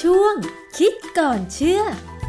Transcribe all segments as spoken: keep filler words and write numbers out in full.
ช่วงคิดก่อนเชื่อ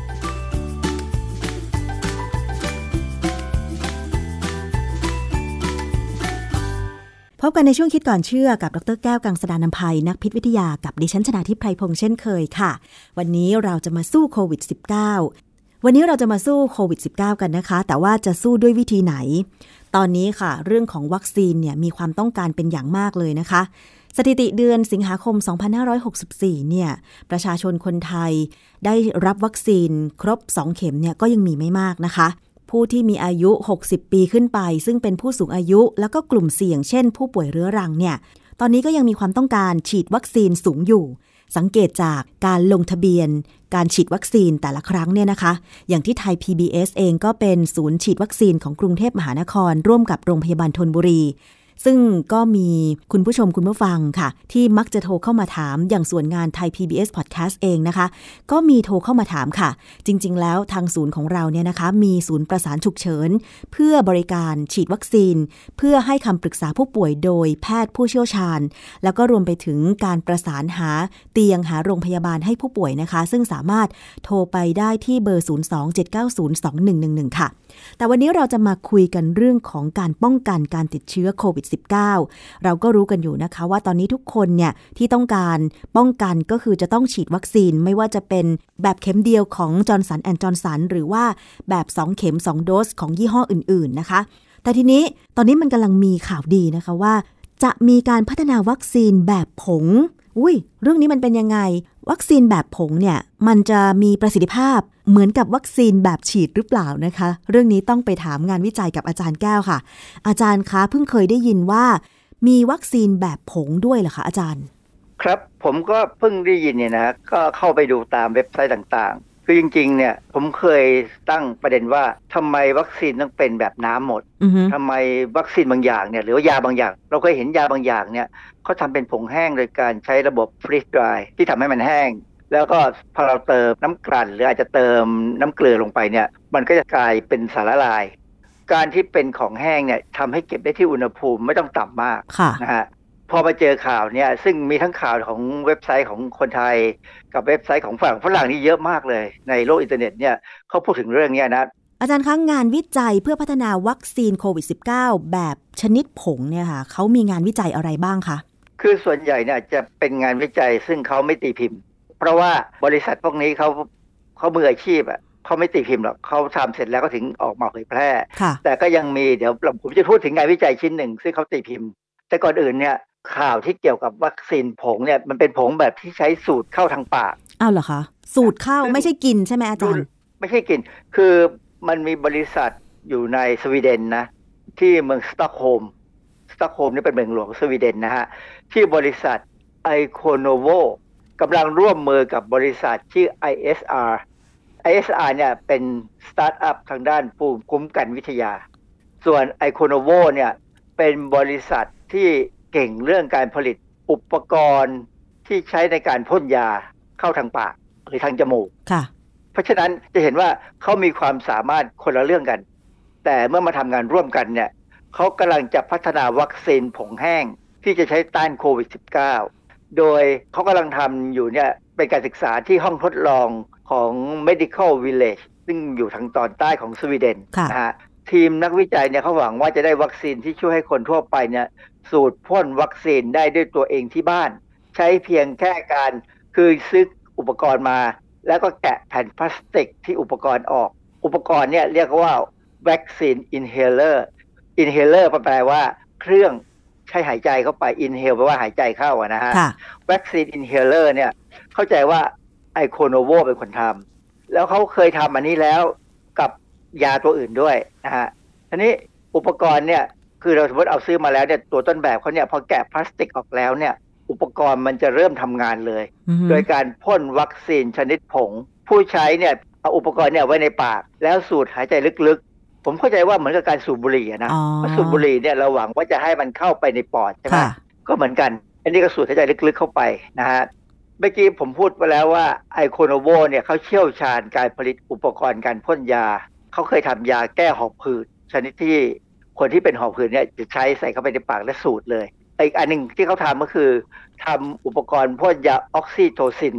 พบกันในช่วงคิดก่อนเชื่อกับดร.แก้วกังสดาลอำไพนักพิษวิทยากับดิฉันชนาธิปไพพงษ์เช่นเคยค่ะวันนี้เราจะมาสู้โควิด สิบเก้า วันนี้เราจะมาสู้โควิด สิบเก้า กันนะคะแต่ว่าจะสู้ด้วยวิธีไหนตอนนี้ค่ะเรื่องของวัคซีนเนี่ยมีความต้องการเป็นอย่างมากเลยนะคะสถิติเดือนสิงหาคมสองพันห้าร้อยหกสิบสี่เนี่ยประชาชนคนไทยได้รับวัคซีนครบสองเข็มเนี่ยก็ยังมีไม่มากนะคะผู้ที่มีอายุหกสิบปีขึ้นไปซึ่งเป็นผู้สูงอายุแล้วก็กลุ่มเสี่ยงเช่นผู้ป่วยเรื้อรังเนี่ยตอนนี้ก็ยังมีความต้องการฉีดวัคซีนสูงอยู่สังเกตจากการลงทะเบียนการฉีดวัคซีนแต่ละครั้งเนี่ยนะคะอย่างที่ไทย พี บี เอส เองก็เป็นศูนย์ฉีดวัคซีนของกรุงเทพมหานครร่วมกับโรงพยาบาลธนบุรีซึ่งก็มีคุณผู้ชมคุณผู้ฟังค่ะที่มักจะโทรเข้ามาถามอย่างส่วนงานไทย พี บี เอส Podcast เองนะคะก็มีโทรเข้ามาถามค่ะจริงๆแล้วทางศูนย์ของเราเนี่ยนะคะมีศูนย์ประสานฉุกเฉินเพื่อบริการฉีดวัคซีนเพื่อให้คำปรึกษาผู้ป่วยโดยแพทย์ผู้เชี่ยวชาญแล้วก็รวมไปถึงการประสานหาเตียงหาโรงพยาบาลให้ผู้ป่วยนะคะซึ่งสามารถโทรไปได้ที่เบอร์ ศูนย์ สอง เจ็ด เก้า ศูนย์ สอง หนึ่ง หนึ่ง หนึ่ง ค่ะแต่วันนี้เราจะมาคุยกันเรื่องของการป้องกันการติดเชื้อโควิด สิบเก้า เราก็รู้กันอยู่นะคะว่าตอนนี้ทุกคนเนี่ยที่ต้องการป้องกันก็คือจะต้องฉีดวัคซีนไม่ว่าจะเป็นแบบเข็มเดียวของ Johnson แอนด์ Johnson หรือว่าแบบสองเข็มสองโดสของยี่ห้ออื่นๆนะคะแต่ทีนี้ตอนนี้มันกำลังมีข่าวดีนะคะว่าจะมีการพัฒนาวัคซีนแบบผงอุ้ยเรื่องนี้มันเป็นยังไงวัคซีนแบบผงเนี่ยมันจะมีประสิทธิภาพเหมือนกับวัคซีนแบบฉีดหรือเปล่านะคะเรื่องนี้ต้องไปถามงานวิจัยกับอาจารย์แก้วค่ะอาจารย์คะเพิ่งเคยได้ยินว่ามีวัคซีนแบบผงด้วยเหรอคะอาจารย์ครับผมก็เพิ่งได้ยินเนี่ยนะก็เข้าไปดูตามเว็บไซต์ต่างๆคือจริงๆเนี่ยผมเคยตั้งประเด็นว่าทำไมวัคซีนต้องเป็นแบบน้ำหมด uh-huh. ทำไมวัคซีนบางอย่างเนี่ยหรือว่ายาบางอย่างเราเคยเห็นยาบางอย่างเนี่ยเขาทำเป็นผงแห้งโดยการใช้ระบบฟรีซดรายที่ทำให้มันแห้งแล้วก็พอเราเติมน้ำกลั่นหรืออาจจะเติมน้ำเกลือลงไปเนี่ยมันก็จะกลายเป็นสารละลายการที่เป็นของแห้งเนี่ยทำให้เก็บได้ที่อุณหภูมิไม่ต้องต่ำมากนะฮะพอมาเจอข่าวเนี่ยซึ่งมีทั้งข่าวของเว็บไซต์ของคนไทยกับเว็บไซต์ของฝั่งฝรั่งนี่เยอะมากเลยในโลกอินเทอร์เน็ตเนี่ยเขาพูดถึงเรื่องนี้นะอาจารย์คะงานวิจัยเพื่อพัฒนาวัคซีนโควิด สิบเก้า แบบชนิดผงเนี่ยค่ะเขามีงานวิจัยอะไรบ้างคะคือส่วนใหญ่เนี่ยจะเป็นงานวิจัยซึ่งเขาไม่ตีพิมพ์เพราะว่าบริษัทพวกนี้เขาเขามืออาชีพอ่ะเขาไม่ตีพิมพ์หรอกเขาทำเสร็จแล้วก็ถึงออกมาเผยแพร่แต่ก็ยังมีเดี๋ยวผมจะพูดถึงงานวิจัยชิ้นหนึ่งซึ่งเขาตีพิมพ์แต่ก่อนอื่นเนี่ยข่าวที่เกี่ยวกับวัคซีนผงเนี่ยมันเป็นผงแบบที่ใช้สูตรเข้าทางปากอ้าวเหรอคะสูตรเข้าไม่ใช่กินใช่ไหมอาจารย์ไม่ใช่กินคือมันมีบริษัทอยู่ในสวีเดนนะที่เมืองสต็อกโฮล์มสต็อกโฮล์มนี่เป็นเมืองหลวงของสวีเดนนะฮะที่บริษัทไอโคโนโวกำลังร่วมมือกับบริษัทชื่อ ไอ เอส อาร์ ไอ เอส อาร์ เนี่ยเป็นสตาร์ทอัพทางด้านภูมิคุ้มกันวิทยาส่วนไอโคโนโวเนี่ยเป็นบริษัทที่เก่งเรื่องการผลิตอุปกรณ์ที่ใช้ในการพ่นยาเข้าทางปากหรือทางจมูกค่ะเพราะฉะนั้นจะเห็นว่าเขามีความสามารถคนละเรื่องกันแต่เมื่อมาทำงานร่วมกันเนี่ยเขากำลังจะพัฒนาวัคซีนผงแห้งที่จะใช้ต้านโควิด สิบเก้า โดยเขากำลังทำอยู่เนี่ยเป็นการศึกษาที่ห้องทดลองของ Medical Village ซึ่งอยู่ทางตอนใต้ของสวีเดนนะฮะทีมนักวิจัยเนี่ยเขาหวังว่าจะได้วัคซีนที่ช่วยให้คนทั่วไปเนี่ยสูตรพ่นวัคซีนได้ด้วยตัวเองที่บ้านใช้เพียงแค่การคือซื้ออุปกรณ์มาแล้วก็แกะแผ่นพลาสติกที่อุปกรณ์ออกอุปกรณ์เนี่ยเรียกว่าวัคซีนอินเฮเลอร์อินเฮเลอร์แปลว่าเครื่องใช้หายใจเข้าไปอินเฮลแปลว่าหายใจเข้านะฮะวัคซีนอินเฮเลอร์เนี่ยเข้าใจว่าไอโคโนโวเป็นคนทำแล้วเขาเคยทำอันนี้แล้วกับยาตัวอื่นด้วยนะฮะทีนี้อุปกรณ์เนี่ยคือเราสมมติเอาซื้อมาแล้วเนี่ยตัวต้นแบบเขาเนี่ยพอแกะพลาสติกออกแล้วเนี่ยอุปกรณ์มันจะเริ่มทำงานเลย mm-hmm. โดยการพ่นวัคซีนชนิดผงผู้ใช้เนี่ยเอาอุปกรณ์เนี่ยไว้ในปากแล้วสูดหายใจลึกๆผมเข้าใจว่าเหมือนกับการสูบบุหรี่นะ oh. สูบบุหรี่เนี่ยเราหวังว่าจะให้มันเข้าไปในปอดใช่ไหมก็เหมือนกันอันนี้ก็สูดหายใจลึกๆเข้าไปนะฮะเมื่อกี้ผมพูดไปแล้วว่าไอโคโนโวเนี่ยเขาเชี่ยวชาญการผลิตอุปกรณ์การพ่นยาเขาเคยทำยาแก้หอบหืดชนิดที่คนที่เป็นหอบหืดเนี่ยจะใช้ใส่เข้าไปในปากและสูดเลยอีกอันนึงที่เขาทำก็คือทำอุปกรณ์พ่นยาออกซิโทซิน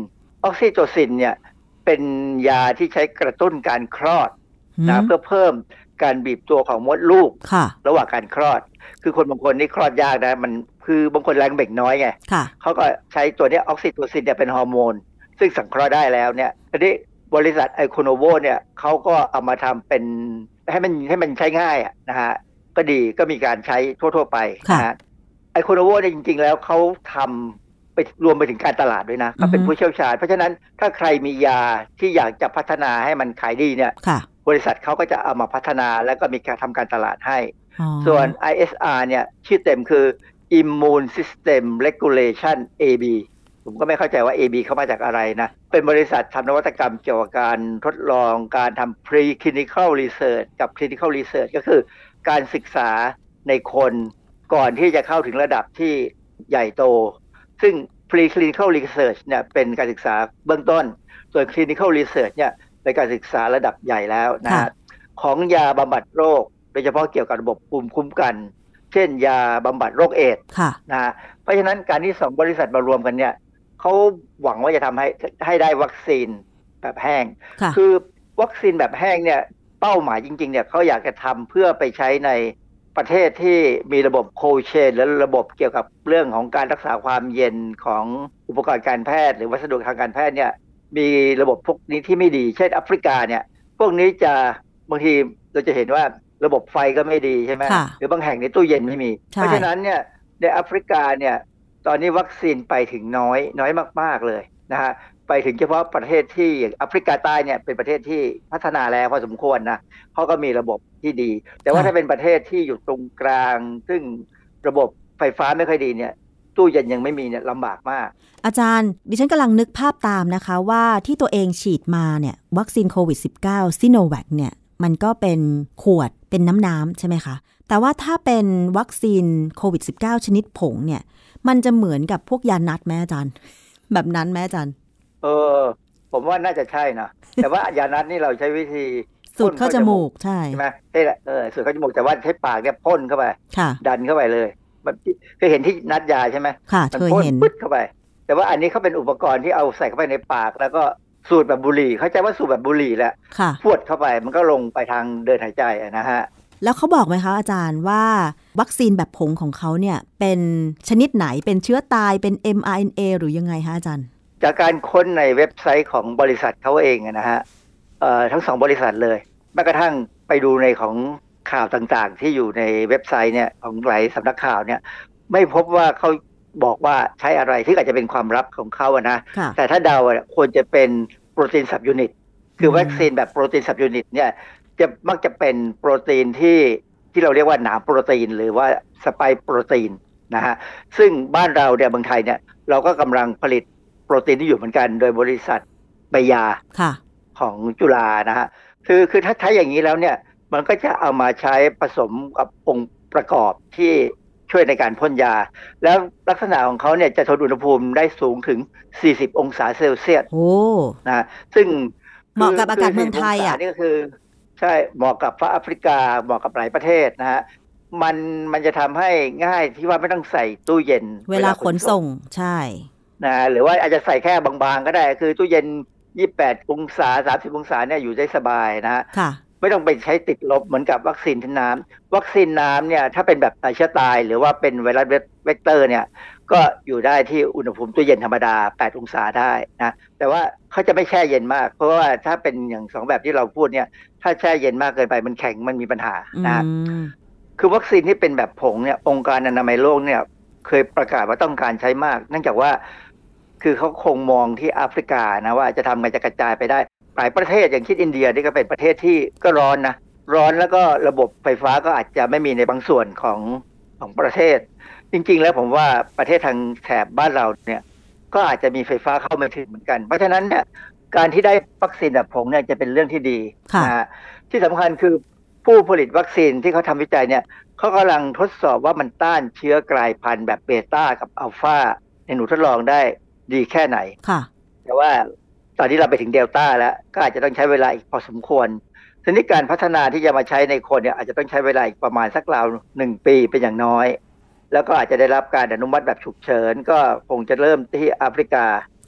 ออกซิโทซินเนี่ยเป็นยาที่ใช้กระตุ้นการคลอดนะเพื่อเพิ่มการบีบตัวของมดลูกระหว่างการคลอดคือคนบางคนนี่คลอดยากนะมันคือบางคนแรงเบ่งน้อยไงเขาก็ใช้ตัวนี้ออกซิโทซินเนี่ยเป็นฮอร์โมนซึ่งสังเคราะห์ได้แล้วเนี่ยทีนี้บริษัทไอโคโนโวเนี่ยเขาก็เอามาทำเป็นให้มันให้มันใช้ง่ายนะฮะก็ดีก็มีการใช้ทั่วๆไปนะฮะไอโคโนโวเนี่ยจริงๆแล้วเขาทำไปรวมไปถึงการตลาดด้วยนะเขาเป็นผู้เชี่ยวชาญเพราะฉะนั้นถ้าใครมียาที่อยากจะพัฒนาให้มันขายดีเนี่ยบริษัทเขาก็จะเอามาพัฒนาแล้วก็มีการทำการตลาดให้ส่วน ไอ เอส อาร์ เนี่ยชื่อเต็มคือ Immune System Regulation เอ บี ผมก็ไม่เข้าใจว่า เอ บี เข้ามาจากอะไรนะเป็นบริษัททำนวัตกรรมเกี่ยวกับการทดลองการทำ Preclinical Research กับ Clinical Research ก็คือการศึกษาในคนก่อนที่จะเข้าถึงระดับที่ใหญ่โตซึ่ง Preclinical Research เนี่ยเป็นการศึกษาเบื้องต้นส่วน Clinical Research เนี่ยเป็นการศึกษาระดับใหญ่แล้วนะฮะของยาบำบัดโรคโดยเฉพาะเกี่ยวกับระบบภูมิคุ้มกันเช่นยาบำบัดโรคเอดส์นะฮะเพราะฉะนั้นการที่สองบริษัทมารวมกันเนี่ยเขาหวังว่าจะทำให้ให้ได้วัคซีนแบบแห้งคือวัคซีนแบบแห้งเนี่ยเป้าหมายจริงๆเนี่ยเขาอยากจะทำเพื่อไปใช้ในประเทศที่มีระบบโคลด์เชนและระบบเกี่ยวกับเรื่องของการรักษาความเย็นของอุปกรณ์การแพทย์หรือวัสดุทางการแพทย์เนี่ยมีระบบพวกนี้ที่ไม่ดีเช่นแอฟริกาเนี่ยพวกนี้จะบางทีเราจะเห็นว่าระบบไฟก็ไม่ดีใช่ไหมหรือบางแห่งในตู้เย็นไม่มีเพราะฉะนั้นเนี่ยในแอฟริกาเนี่ยตอนนี้วัคซีนไปถึงน้อยน้อยมากๆเลยนะฮะไปถึงเฉพาะประเทศที่อย่างแอฟริกาใต้เนี่ยเป็นประเทศที่พัฒนาแล้วพอสมควรนะเขาก็มีระบบที่ดีแต่ว่าถ้าเป็นประเทศที่อยู่ตรงกลางซึ่งระบบไฟฟ้าไม่ค่อยดีเนี่ยตู้เย็นยังไม่มีเนี่ยลำบากมากอาจารย์ดิฉันกำลังนึกภาพตามนะคะว่าที่ตัวเองฉีดมาเนี่ยวัคซีนโควิด สิบเก้า ซิโนแวคเนี่ยมันก็เป็นขวดเป็นน้ำๆใช่ไหมคะแต่ว่าถ้าเป็นวัคซีนโควิด สิบเก้า ชนิดผงเนี่ยมันจะเหมือนกับพวกยานัดไหมอาจารย์แบบนั้นไหมอาจารย์เออผมว่าน่าจะใช่นะ แต่ว่ายานัดนี่เราใช้วิธีสูดเข้าจมูกใช่ใช่ไหมใช่แหละเออสูดเข้าจมูกแต่ว่าใช้ปากเนี่ยพ่นเข้าไปดันเข้าไปเลยมันเคยเห็นที่นัดยาใช่ไหมค่ะเคยเห็นปึ๊ดเข้าไปแต่ว่าอันนี้เขาเป็นอุปกรณ์ที่เอาใส่เข้าไปในปากแล้วก็สูดแบบบุหรี่เข้าใจว่าสูดแบบบุหรี่แหละพวดเข้าไปมันก็ลงไปทางเดินหายใจนะฮะแล้วเขาบอกไหมคะอาจารย์ว่าวัคซีนแบบผงของเขาเนี่ยเป็นชนิดไหนเป็นเชื้อตายเป็น เอ็ม อาร์ เอ็น เอ หรือยังไงคะอาจารย์จากการค้นในเว็บไซต์ของบริษัทเขาเองนะฮะเอ่อทั้งสองบริษัทเลยแม้กระทั่งไปดูในของข่าวต่างๆที่อยู่ในเว็บไซต์เนี่ยของหลายสำนักข่าวเนี่ยไม่พบว่าเขาบอกว่าใช้อะไรที่อาจจะเป็นความลับของเขาอะนะแต่ถ้าเดาอะควรจะเป็นโปรตีนซับยูนิตคือวัคซีนแบบโปรตีนซับยูนิตเนี่ยจะมักจะเป็นโปรตีนที่ที่เราเรียกว่าหนามโปรตีนหรือว่าสไปค์โปรตีนนะฮะซึ่งบ้านเราเนี่ยเมืองไทยเนี่ยเราก็กำลังผลิตโปรตีนที่อยู่เหมือนกันโดยบริษัทไบยาของจุฬานะฮะคือคือถ้าใช้อย่างนี้แล้วเนี่ยมันก็จะเอามาใช้ผสมกับองค์ประกอบที่ช่วยในการพ่นยาแล้วลักษณะของเขาเนี่ยจะทนอุณหภูมิได้สูงถึงสี่สิบองศาเซลเซียสโอ้นะซึ่งเหมาะกับอากาศเมืองไทยอ่ะนี่ก็คือใช่เหมาะกับแอฟริกาเหมาะกับหลายประเทศนะฮะมันมันจะทำให้ง่ายที่ว่าไม่ต้องใส่ตู้เย็นเวลาขนส่งใช่นะหรือว่าอาจจะใส่แค่บางๆก็ได้คือตู้เย็นยี่สิบแปดองศาสามสิบองศาเนี่ยอยู่ได้สบายนะฮะไม่ต้องไปใช้ติดลบเหมือนกับวัคซีนน้ำวัคซีนน้ำเนี่ยถ้าเป็นแบบเชื้อตายหรือว่าเป็นไวรัสเวกเตอร์เนี่ยก็อยู่ได้ที่อุณหภูมิตู้เย็นธรรมดาแปดองศาได้นะแต่ว่าเขาจะไม่แช่เย็นมากเพราะว่าถ้าเป็นอย่างสองแบบที่เราพูดเนี่ยถ้าแช่เย็นมากเกินไปมันแข็งมันมีปัญหานะคือวัคซีนที่เป็นแบบผงเนี่ยองค์การอนามัยโลกเนี่ยเคยประกาศว่าต้องการใช้มากเนื่องจากว่าคือเขาคงมองที่แอฟริกานะว่าจะทำไงจะกระจายไปได้หลายประเทศอย่างเช่นอินเดียนี่ก็เป็นประเทศที่ก็ร้อนนะร้อนแล้วก็ระบบไฟฟ้าก็อาจจะไม่มีในบางส่วนของของประเทศจริงๆแล้วผมว่าประเทศทางแถบบ้านเราเนี่ยก็อาจจะมีไฟฟ้าเข้ามาถึงเหมือนกันเพราะฉะนั้นเนี่ยการที่ได้วัคซีนแบบผงเนี่ยจะเป็นเรื่องที่ดีนะฮะที่สำคัญคือผู้ผลิตวัคซีนที่เขาทำวิจัยเนี่ยเขากำลังทดสอบว่ามันต้านเชื้อกลายพันธุ์แบบเบต้ากับอัลฟาในหนูทดลองได้ดีแค่ไหนแต่ว่าตอนนี้เราไปถึงเดลต้าแล้วก็อาจจะต้องใช้เวลาอีกพอสมควรทีนี้การพัฒนาที่จะมาใช้ในคนเนี่ยอาจจะต้องใช้เวลาอีกประมาณสักราวหนึ่งปีเป็นอย่างน้อยแล้วก็อาจจะได้รับการอนุมัติแบบฉุกเฉินก็คงจะเริ่มที่แอฟริกา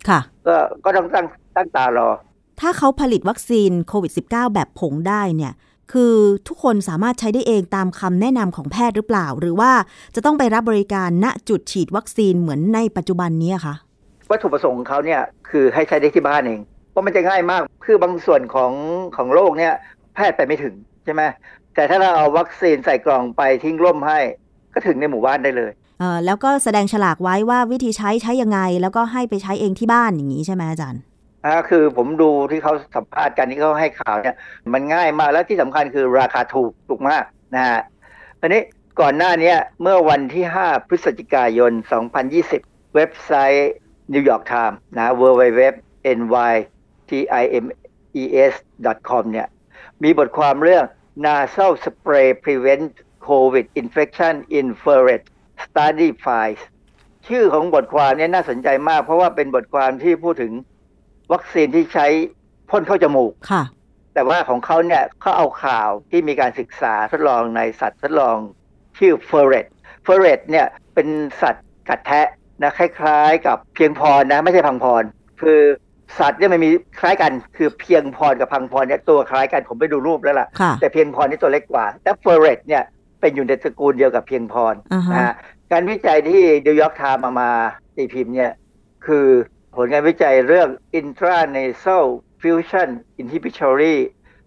ค่ะก็ก็ต้องตั้งตั้งตารอถ้าเขาผลิตวัคซีนโควิด สิบเก้า แบบผงได้เนี่ยคือทุกคนสามารถใช้ได้เองตามคำแนะนำของแพทย์หรือเปล่าหรือว่าจะต้องไปรับบริการณจุดฉีดวัคซีนเหมือนในปัจจุบันนี้คะวัตถุประสงค์ของเขาเนี่ยคือให้ใช้ได้ที่บ้านเองเพราะมันจะง่ายมากคือบางส่วนของของโลกเนี่ยแพทย์ไปไม่ถึงใช่ไหมแต่ถ้าเราเอาวัคซีนใส่กล่องไปทิ้งร่มให้ก็ถึงในหมู่บ้านได้เลยเอ่อแล้วก็แสดงฉลากไว้ว่าวิธีใช้ใช้ยังไงแล้วก็ให้ไปใช้เองที่บ้านอย่างนี้ใช่ไหมอาจารย์อ่าคือผมดูที่เขาสัมภาษณ์กันที่เขาให้ข่าวเนี่ยมันง่ายมากและที่สำคัญคือราคาถูกถูกมากนะฮะอันนี้ก่อนหน้านี้เมื่อวันที่ห้าพฤศจิกายนสองพันยี่สิบเว็บไซต์ New York Times นะ ดับเบิลยู ดับเบิลยู ดับเบิลยู ดอท เอ็น วาย ที ไอ เอ็ม อี เอส ดอท คอม เนี่ยมีบทความเรื่อง Nasal Spray Prevent COVID Infection in Ferret Study Finds ชื่อของบทความนี้น่าสนใจมากเพราะว่าเป็นบทความที่พูดถึงวัคซีนที่ใช้พ่นเข้าจมูกค่ะแต่ว่าของเขาเนี่ยเขาเอาข่าวที่มีการศึกษาทดลองในสัตว์ทดลองชื่อ Ferret Ferret เนี่ยเป็นสัตว์กัดแทะนะคล้ายๆกับเพียงพรนะไม่ใช่พังพรคือสัตว์เนี่ยมันมีคล้ายกันคือเพียงพรกับพังพรเนี่ยตัวคล้ายกันผมไปดูรูปแล้วล่ะแต่เพียงพรนี่ตัวเล็กกว่าแต่ Ferret เนี่ยเป็นอยู่ในตระกูลเดียวกับเพียงพร uh-huh. นะฮะการวิจัยที่ New York Times มามาตีพิมพ์เนี่ยคือผลการวิจัยเรื่อง intranasal fusion inhibitory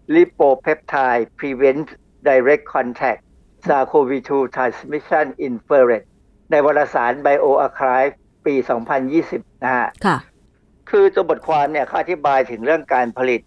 lipopeptide prevent direct contact ซาร์ โควี ทู transmission in ferret ในวารสาร BioArchive ปี สองพันยี่สิบ นะฮะค่ะคือตัวบทความเนี่ยเขาอธิบายถึงเรื่องการผลิต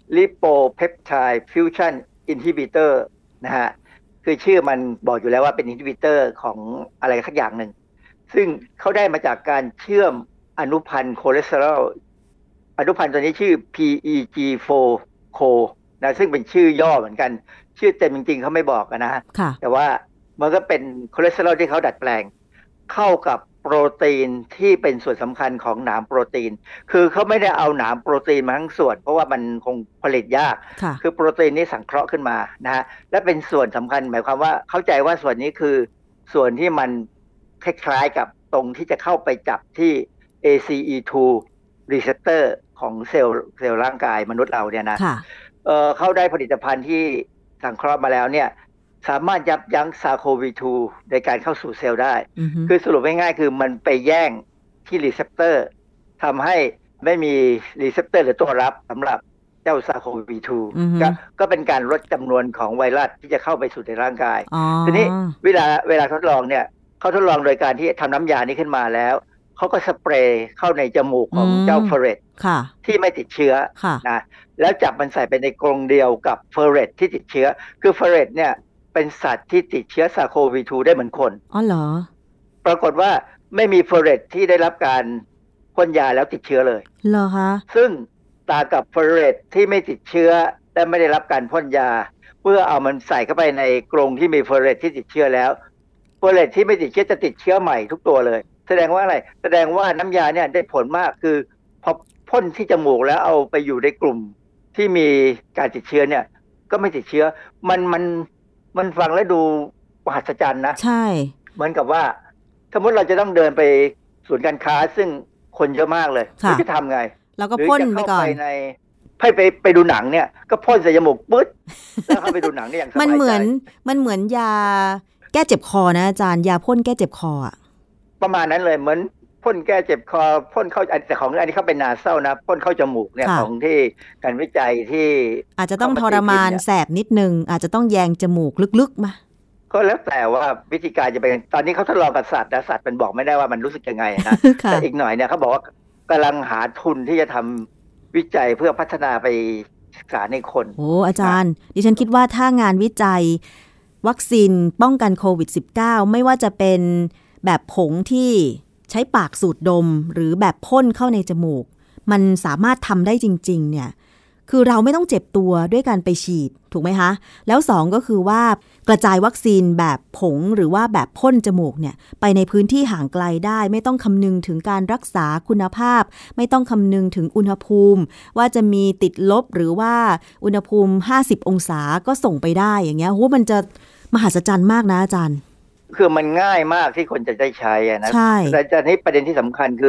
lipopeptide fusion inhibitor นะฮะคือชื่อมันบอกอยู่แล้วว่าเป็น inhibitor ของอะไรสักอย่างหนึ่งซึ่งเขาได้มาจากการเชื่อมอนุพันธ์คอเลสเตอรอลอนุพันธ์ตัวนี้ชื่อ พี อี จี โฟร์ โค นะซึ่งเป็นชื่อย่อเหมือนกันชื่อเต็มจริงๆเขาไม่บอกนะฮะแต่ว่ามันก็เป็นคอเลสเตอรอลที่เขาดัดแปลงเข้ากับโปรตีนที่เป็นส่วนสำคัญของหนามโปรตีนคือเขาไม่ได้เอาหนามโปรตีนมาทั้งส่วนเพราะว่ามันคงผลิตยากคือโปรตีนนี้สังเคราะห์ขึ้นมานะฮะและเป็นส่วนสำคัญหมายความว่าเข้าใจว่าส่วนนี้คือส่วนที่มันคล้ายๆกับตรงที่จะเข้าไปจับที่ เอ ซี อี ทู receptor ของเซลล์เซลล์ร่างกายมนุษย์เราเนี่ยนะเอ่อเขาได้ผลิตภัณฑ์ที่สังเคราะห์มาแล้วเนี่ยสามารถยับยั้ง ซาร์ โควี ทู ในการเข้าสู่เซลล์ได้ uh-huh. คือสรุปง่ายๆคือมันไปแย่งที่ receptor ทำให้ไม่มี receptor หรือตัวรับสำหรับเจ้า ซาร์ โควี ทู uh-huh. ก็ก็เป็นการลดจำนวนของไวรัสที่จะเข้าไปสู่ในร่างกาย uh-huh. ทีนี้เวลาเวลาทดลองเนี่ยเขาทดลองโดยการที่ทำน้ำยานี้ขึ้นมาแล้วเขาก็สเปรย์เข้าในจมูกของเจ้าเฟอเรตที่ไม่ติดเชื้อนะแล้วจับมันใส่ไปในกรงเดียวกับเฟอเรตที่ติดเชื้อคือเฟอเรตเนี่ยเป็นสัตว์ที่ติดเชื้อ ซาร์ โควี ทู ได้เหมือนคนอ๋อเหรอปรากฏว่าไม่มีเฟอเรตที่ได้รับการพ่นยาแล้วติดเชื้อเลยเหรอคะซึ่งต่างกับเฟอเรตที่ไม่ติดเชื้อและไม่ได้รับการพ่นยาเพื่อเอามันใส่เข้าไปในกรงที่มีเฟอเรตที่ติดเชื้อแล้วเฟอเรตที่ไม่ติดเชื้อจะติดเชื้อใหม่ทุกตัวเลยแสดงว่าอะไรแสดงว่าน้ำยาเนี่ยได้ผลมากคือพอพ่นที่จมูกแล้วเอาไปอยู่ในกลุ่มที่มีการติดเชื้อเนี่ยก็ไม่ติดเชื้อมันมันมันฟังแล้วดูมหัศจรรย์นะใช่เหมือนกับว่าสมมติเราจะต้องเดินไปศูนย์การค้าซึ่งคนเยอะมากเลยจะทำไงเราก็พ่นไปก่อนในให้ไปไปดูหนังเนี่ยก็พ่นใส่จมูกปึ๊ดแล้วเข้าไปดูหนังได้อย่างสบายใจมันเหมือนมันเหมือนยาแก้เจ็บคอนะอาจารย์ยาพ่นแก้เจ็บคออ่ะประมาณนั้นเลยเหมือนพ่นแก้เจ็บคอพ่นเข้าแต่ของอันนี้เขาเป็นนาเซลนะพ่นเข้าจมูกเนี่ยของที่การวิจัยที่อาจจะต้องทรมานแสบนิดนึงอาจจะต้องแยงจมูกลึกๆมาก็แล้วแต่ว่าวิธีการจะเป็นตอนนี้เขาทดลองกับสัตว์นะสัตว์มันบอกไม่ได้ว่ามันรู้สึกยังไงนะ แต่อีกหน่อยเนี่ยเขาบอกว่ากำลังหาทุนที่จะทำวิจัยเพื่อพัฒนาไปศึกษาในคนโอ้อาจารย์ดิฉันคิดว่าถ้างานวิจัยวัคซีนป้องกันโควิด สิบเก้า ไม่ว่าจะเป็นแบบผงที่ใช้ปากสูดดมหรือแบบพ่นเข้าในจมูกมันสามารถทำได้จริงๆเนี่ยคือเราไม่ต้องเจ็บตัวด้วยการไปฉีดถูกไหมคะแล้วสองก็คือว่ากระจายวัคซีนแบบผงหรือว่าแบบพ่นจมูกเนี่ยไปในพื้นที่ห่างไกลได้ไม่ต้องคำนึงถึงการรักษาคุณภาพไม่ต้องคำนึงถึงอุณหภูมิว่าจะมีติดลบหรือว่าอุณหภูมิห้าสิบองศาก็ส่งไปได้อย่างเงี้ยโหมันจะมหัศจรรย์มากนะอาจารย์คือมันง่ายมากที่คนจะได้ใช้นะใช่แต่จะนี้ประเด็นที่สำคัญคือ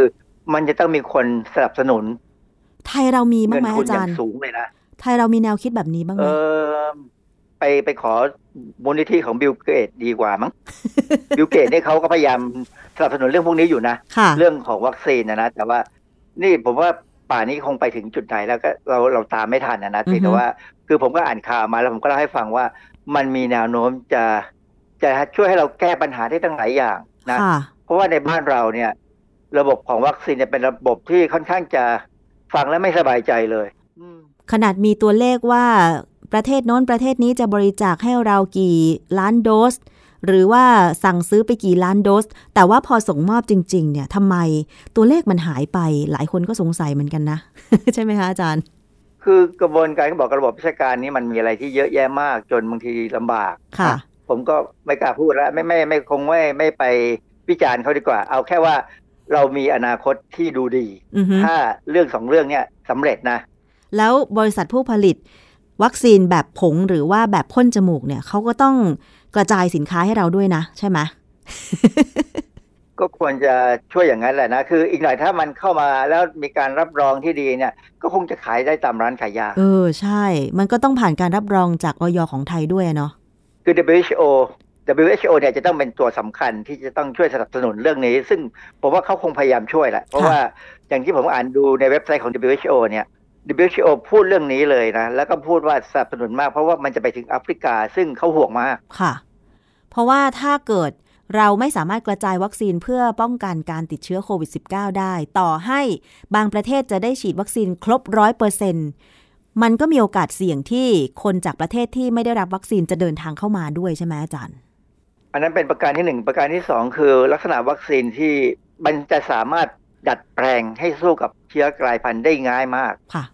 มันจะต้องมีคนสนับสนุนไทยเรามีบ้างไหมอาจารย์เงินทุนอย่างสูงเลยนะไทยเรามีแนวคิดแบบนี้บ้างไหมเออไปไปขอมูลนิธิของบิลเกตดีกว่ามั้ง บิลเกตเนี่ยเขาก็พยายามสนับสนุนเรื่องพวกนี้อยู่นะเรื่องของวัคซีนนะนะแต่ว่านี่ผมว่าป่านนี้คงไปถึงจุดไหนแล้วก็เราเราตามไม่ทันนะนะแต่ว่าคือผมก็อ่านข่าวมาแล้วผมก็เล่าให้ฟังว่ามันมีแนวโน้มจะจะช่วยให้เราแก้ปัญหาได้ตั้งหลายอย่างนะเพราะว่าในบ้านเราเนี่ยระบบของวัคซีนเนี่ยเป็นระบบที่ค่อนข้างจะฟังแล้วไม่สบายใจเลยขนาดมีตัวเลขว่าประเทศโน้นประเทศนี้จะบริจาคให้เรากี่ล้านโดสหรือว่าสั่งซื้อไปกี่ล้านโดสแต่ว่าพอส่งมอบจริงๆเนี่ยทำไมตัวเลขมันหายไปหลายคนก็สงสัยเหมือนกันนะ ใช่ไหมคะอาจารย์คือกระบวนการเขาบอกระบบราชการนี้มันมีอะไรที่เยอะแยะมากจนบางทีลำบากค่ะผมก็ไม่กล้าพูดแล้วไม่ไม่ไม่คงไม่ไม่ไปวิจารณ์เขาดีกว่าเอาแค่ว่าเรามีอนาคตที่ดูดีถ้าเรื่องสองเรื่องเนี้ยสำเร็จนะแล้วบริษัทผู้ผลิตวัคซีนแบบผงหรือว่าแบบพ่นจมูกเนี่ยเขาก็ต้องกระจายสินค้าให้เราด้วยนะใช่ไหมก็ควรจะช่วยอย่างนั้นแหละนะคืออีกหน่อยถ้ามันเข้ามาแล้วมีการรับรองที่ดีเนี่ยก็คงจะขายได้ตามร้านขายยาเออใช่มันก็ต้องผ่านการรับรองจากอย.ของไทยด้วยเนาะคือ ดับเบิลยู เอช โอ ดับเบิลยู เอช โอ เนี่ยจะต้องเป็นตัวสำคัญที่จะต้องช่วยสนับสนุนเรื่องนี้ซึ่งผมว่าเขาคงพยายามช่วยแหละเพราะว่าอย่างที่ผมอ่านดูในเว็บไซต์ของ ดับเบิลยู เอช โอ เนี่ย ดับเบิลยู เอช โอ พูดเรื่องนี้เลยนะแล้วก็พูดว่าสนับสนุนมากเพราะว่ามันจะไปถึงแอฟริกาซึ่งเขาห่วงมากค่ะเพราะว่าถ้าเกิดเราไม่สามารถกระจายวัคซีนเพื่อป้องกันการติดเชื้อโควิด สิบเก้า ได้ต่อให้บางประเทศจะได้ฉีดวัคซีนครบ ร้อยเปอร์เซ็นต์ มันก็มีโอกาสเสี่ยงที่คนจากประเทศที่ไม่ได้รับวัคซีนจะเดินทางเข้ามาด้วยใช่ไหมอาจารย์อันนั้นเป็นประการที่หนึ่งประการที่สองคือลักษณะวัคซีนที่มันจะสามารถดัดแปลงให้สู้กับเชื้อกลายพันธุ์ได้ง่ายมากค่ะ